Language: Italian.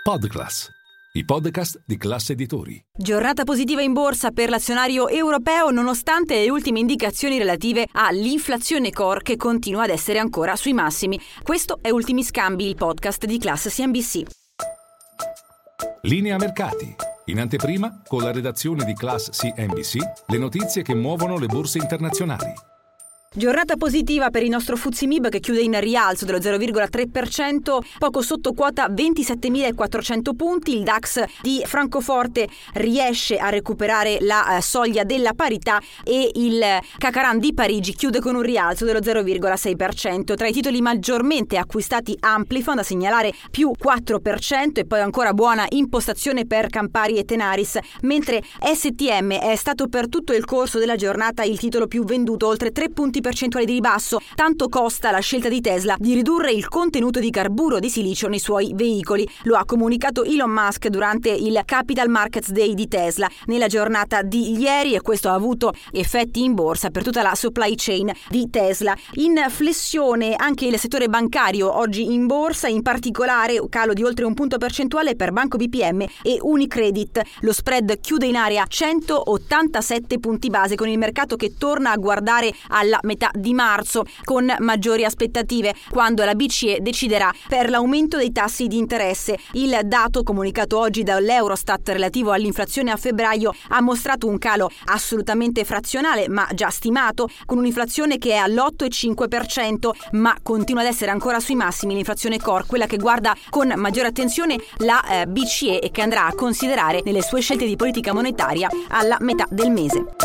Podclass, i podcast di Class Editori. Giornata positiva in borsa per l'azionario europeo nonostante le ultime indicazioni relative all'inflazione core che continua ad essere ancora sui massimi. Questo è Ultimi Scambi, il podcast di Class CNBC. Linea mercati. In anteprima, con la redazione di Class CNBC, le notizie che muovono le borse internazionali. Giornata positiva per il nostro FTSE MIB che chiude in rialzo dello 0,3%, poco sotto quota 27.400 punti. Il DAX di Francoforte riesce a recuperare la soglia della parità e il CAC 40 di Parigi chiude con un rialzo dello 0,6%. Tra i titoli maggiormente acquistati Amplifon da segnalare più 4% e poi ancora buona impostazione per Campari e Tenaris, mentre STM è stato per tutto il corso della giornata il titolo più venduto, oltre 3 punti percentuali di ribasso. Tanto costa la scelta di Tesla di ridurre il contenuto di carburo di silicio nei suoi veicoli. Lo ha comunicato Elon Musk durante il Capital Markets Day di Tesla nella giornata di ieri, e questo ha avuto effetti in borsa per tutta la supply chain di Tesla. In flessione anche il settore bancario oggi in borsa, in particolare un calo di oltre un punto percentuale per Banco BPM e Unicredit. Lo spread chiude in area 187 punti base, con il mercato che torna a guardare alla metà di marzo con maggiori aspettative, quando la BCE deciderà per l'aumento dei tassi di interesse. Il dato comunicato oggi dall'Eurostat relativo all'inflazione a febbraio ha mostrato un calo assolutamente frazionale, ma già stimato, con un'inflazione che è all'8,5%, ma continua ad essere ancora sui massimi l'inflazione core, quella che guarda con maggiore attenzione la BCE e che andrà a considerare nelle sue scelte di politica monetaria alla metà del mese.